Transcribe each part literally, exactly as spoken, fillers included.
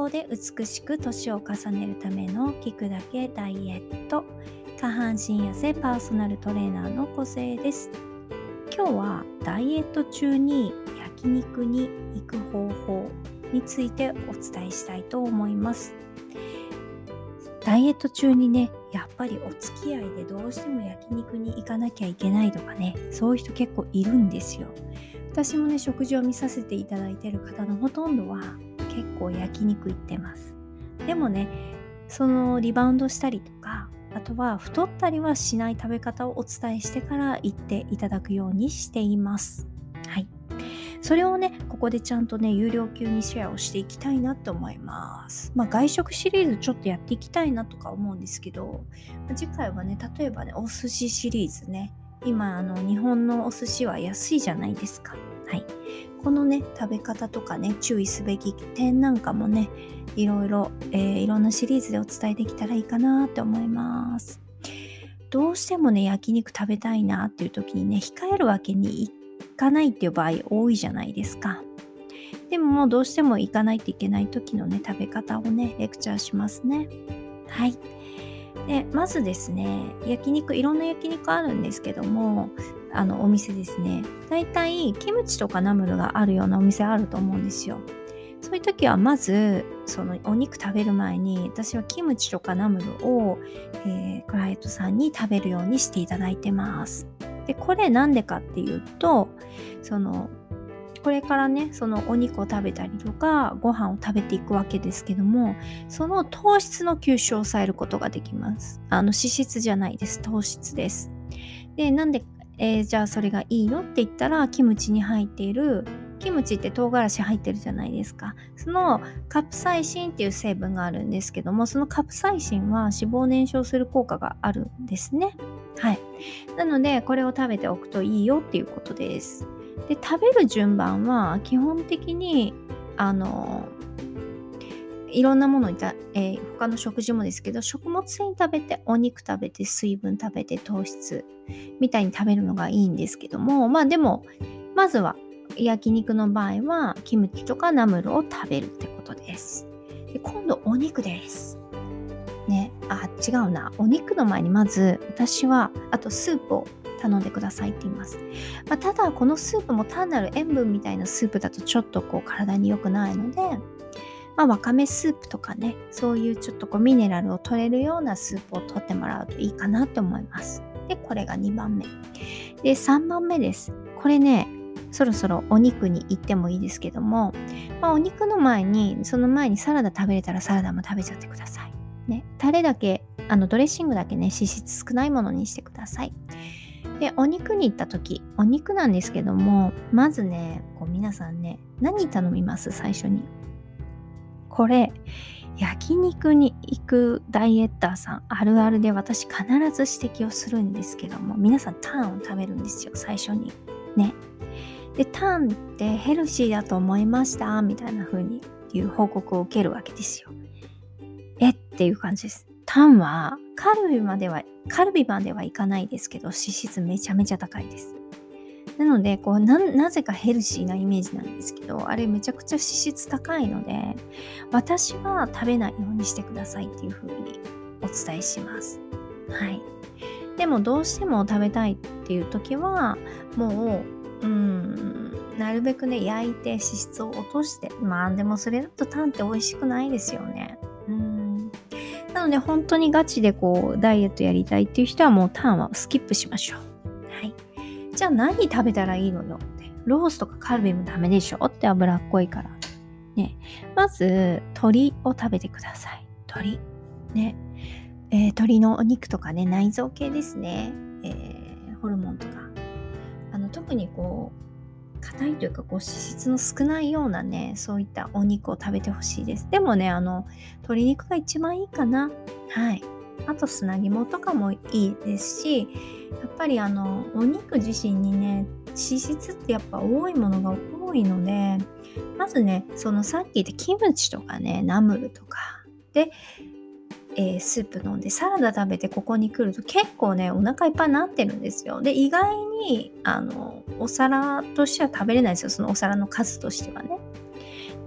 康で美しく年を重ねるための聞くだけダイエット、下半身痩せパーソナルトレーナーの小生です。今日はダイエット中に焼肉に行く方法についてお伝えしたいと思います。ダイエット中にね、やっぱりお付き合いでどうしても焼肉に行かなきゃいけないとかね、そういう人結構いるんですよ。私もね、食事を見させていただいている方のほとんどは結構焼肉行ってます。でもね、そのリバウンドしたりとか、あとは太ったりはしない食べ方をお伝えしてから行っていただくようにしています。はい。それをね、ここでちゃんとね、有料級にシェアをしていきたいなと思います。まあ、外食シリーズちょっとやっていきたいなとか思うんですけど、次回はね、例えばね、お寿司シリーズね、今、あの、日本のお寿司は安いじゃないですか。はい。このね、食べ方とかね、注意すべき点なんかもね、いろいろ、えー、いろんなシリーズでお伝えできたらいいかなって思います。どうしてもね、焼肉食べたいなっていう時にね、控えるわけにいかないっていう場合多いじゃないですか。でももうどうしても行かないといけない時のね、食べ方をね、レクチャーしますね。はい。で、まずですね、焼肉、いろんな焼肉あるんですけども、あの、お店ですね。だいたいキムチとかナムルがあるようなお店あると思うんですよ。そういう時はまず、そのお肉食べる前に、私はキムチとかナムルを、えー、クライアントさんに食べるようにしていただいてます。で、これなんでかっていうと、その、これからね、そのお肉を食べたりとか、ご飯を食べていくわけですけども、その糖質の吸収を抑えることができます。あの、脂質じゃないです。糖質です。で、なんで、えー、じゃあそれがいいのって言ったら、キムチに入っている、キムチって唐辛子入ってるじゃないですか。そのカプサイシンっていう成分があるんですけども、そのカプサイシンは脂肪を燃焼する効果があるんですね。はい。なので、これを食べておくといいよっていうことです。で、食べる順番は基本的に、あの、いろんなものにた、えー、他の食事もですけど、食物繊維食べて、お肉食べて、水分食べて、糖質みたいに食べるのがいいんですけども、まあでも、まずは焼肉の場合は、キムチとかナムルを食べるってことです。で、今度お肉です。ね、あ、違うな。お肉の前にまず、私は、あとスープを頼んでくださいって言います。まあ、ただ、このスープも単なる塩分みたいなスープだとちょっとこう体に良くないので、まあ、わかめスープとかね、そういうちょっとこうミネラルを取れるようなスープを取ってもらうといいかなと思います。で、これがにばんめ。で、さんばんめです。これね、そろそろお肉に行ってもいいですけども、まあ、お肉の前に、その前にサラダ食べれたらサラダも食べちゃってください。ね、タレだけ、あのドレッシングだけね、脂質少ないものにしてください。で、お肉に行った時、お肉なんですけども、まずね、こう皆さんね、何頼みます？最初に。これ、焼肉に行くダイエッターさんあるあるで私必ず指摘をするんですけども、皆さんタンを食べるんですよ、最初に。ね。で、タンってヘルシーだと思いましたみたいな風にいう報告を受けるわけですよ。えっていう感じです。タンはカルビまでは、カルビまではいかないですけど、脂質めちゃめちゃ高いです。なので、こうな、なぜかヘルシーなイメージなんですけど、あれめちゃくちゃ脂質高いので、私は食べないようにしてくださいっていう風にお伝えします。はい。でもどうしても食べたいっていう時は、もう、うーん、なるべくね、焼いて脂質を落として、まあでもそれだとタンって美味しくないですよね。うーん。なので本当にガチでこう、ダイエットやりたいっていう人はもうタンはスキップしましょう。はい。じゃあ何食べたらいいのよって。ロースとかカルビもダメでしょって脂っこいから。ね。まず、鶏を食べてください。鶏。ね。えー、鶏のお肉とかね、内臓系ですね。えー、ホルモンとか。あの、特にこう、硬いというか、こう、脂質の少ないようなね、そういったお肉を食べてほしいです。でもね、あの、鶏肉が一番いいかな。はい。あと砂肝とかもいいですし、やっぱりあのお肉自身にね、脂質ってやっぱ多いものが多いので、まずね、そのさっき言ったキムチとかね、ナムルとかで、えースープ飲んでサラダ食べてここに来ると結構ね、お腹いっぱいになってるんですよ。で、意外にあのお皿としては食べれないですよ。そのお皿の数としてはね。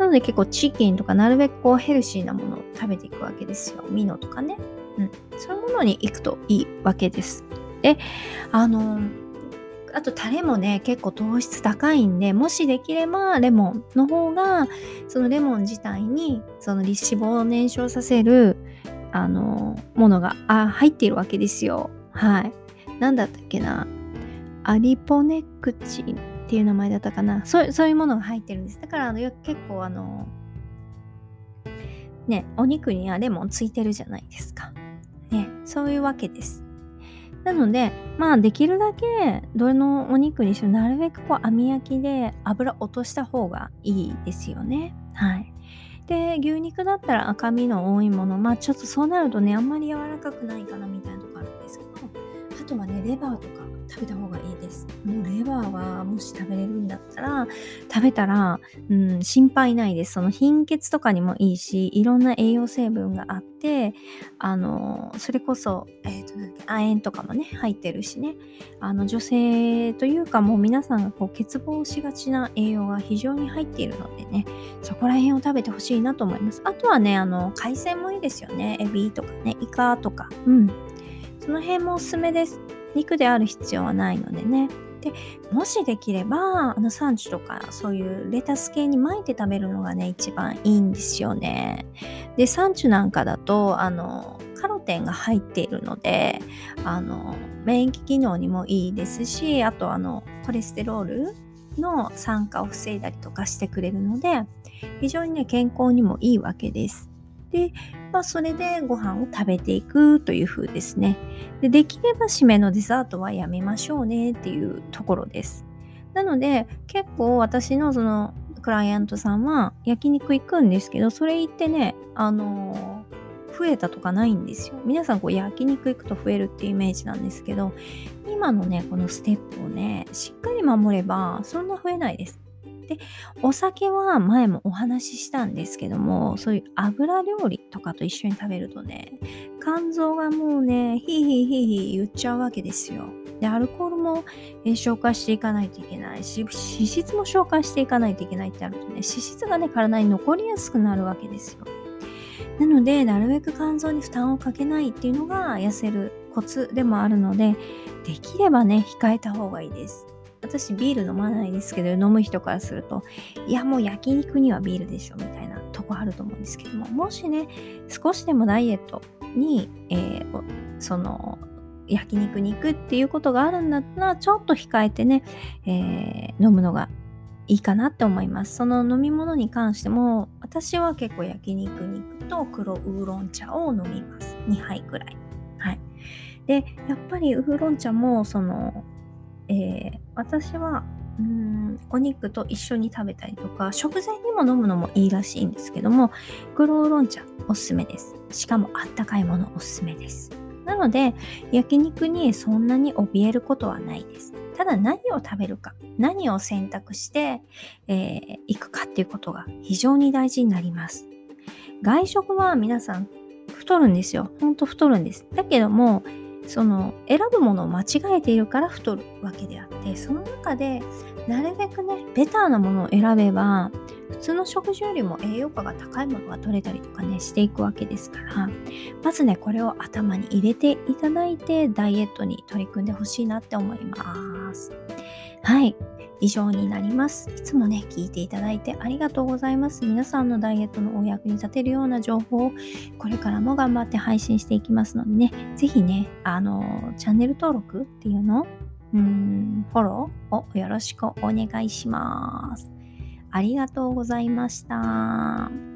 なので結構チキンとかなるべくこうヘルシーなものを食べていくわけですよ。ミノとかね。うん。そういうものに行くといいわけです。で、あの、あとタレもね、結構糖質高いんで、もしできればレモンの方が、そのレモン自体にその脂肪を燃焼させる、あの、ものがあ入っているわけですよ。はい。なんだったっけな。アリポネクチンっていう名前だったかな。そう、そういうものが入ってるんです。だからあのよ結構あの、ね、お肉にはレモンついてるじゃないですか。ね、そういうわけです。なので、まあできるだけどのお肉にしろなるべくこう網焼きで油落とした方がいいですよね。はい。で、牛肉だったら赤身の多いもの、まあちょっとそうなるとね、あんまり柔らかくないかなみたいなとこあるんですけど、あとはね、レバーとか食べた方がいいです。もうレバーはもし食べれるんだったら、食べたら、うん、心配ないです。その貧血とかにもいいし、いろんな栄養成分があって、あの、それこそ、えっと、なんだっけ、亜鉛とかもね、入ってるしね。あの、女性というかもう皆さんがこう欠乏しがちな栄養が非常に入っているのでね、そこら辺を食べてほしいなと思います。あとはね、あの、海鮮もいいですよね。エビとかね、イカとか。うん。その辺もおすすめです。肉である必要はないのでね。で、もしできれば、あの、サンチュとか、そういうレタス系に巻いて食べるのがね、一番いいんですよね。で、サンチュなんかだと、あの、カロテンが入っているので、あの、免疫機能にもいいですし、あと、あの、コレステロールの酸化を防いだりとかしてくれるので、非常にね、健康にもいいわけです。で、まあ、それでご飯を食べていくという風ですね。で、できれば締めのデザートはやめましょうねっていうところです。なので、結構私のそのクライアントさんは焼肉行くんですけど、それ行ってね、あのー、増えたとかないんですよ。皆さんこう焼肉行くと増えるっていうイメージなんですけど、今のね、このステップをね、しっかり守れば、そんな増えないです。で、お酒は前もお話ししたんですけども、そういう油料理とかと一緒に食べるとね、肝臓がもうね、ヒーヒーヒーヒー言っちゃうわけですよ。で、アルコールも、えー消化していかないといけないし、脂質も消化していかないといけないってなるとね、脂質がね、体に残りやすくなるわけですよ。なので、なるべく肝臓に負担をかけないっていうのが痩せるコツでもあるので、できればね、控えた方がいいです。私ビール飲まないですけど、飲む人からすると、いやもう焼肉にはビールでしょみたいなとこあると思うんですけども、もしね、少しでもダイエットに、えーその、焼肉に行くっていうことがあるんだったら、ちょっと控えてね、えー飲むのがいいかなって思います。その飲み物に関しても、私は結構焼肉に行くと黒ウーロン茶を飲みます。にはいくらい。はい。で、やっぱりウーロン茶も、その、えー私はうーんお肉と一緒に食べたりとか食前にも飲むのもいいらしいんですけども、黒ウーロン茶おすすめです。しかもあったかいものおすすめです。なので焼肉にそんなに怯えることはないです。ただ何を食べるか、何を選択して、えー行くかっていうことが非常に大事になります。外食は皆さん太るんですよ。ほんと太るんです。だけども、その選ぶものを間違えているから太るわけであって、その中でなるべくね、ベターなものを選べば、普通の食事よりも栄養価が高いものが取れたりとかね、していくわけですから、まずね、これを頭に入れていただいて、ダイエットに取り組んでほしいなって思います。はい。以上になります。いつもね、聞いていただいてありがとうございます。皆さんのダイエットのお役に立てるような情報をこれからも頑張って配信していきますのでね、ぜひね、あの、チャンネル登録っていうのうーん、フォローをよろしくお願いします。ありがとうございました。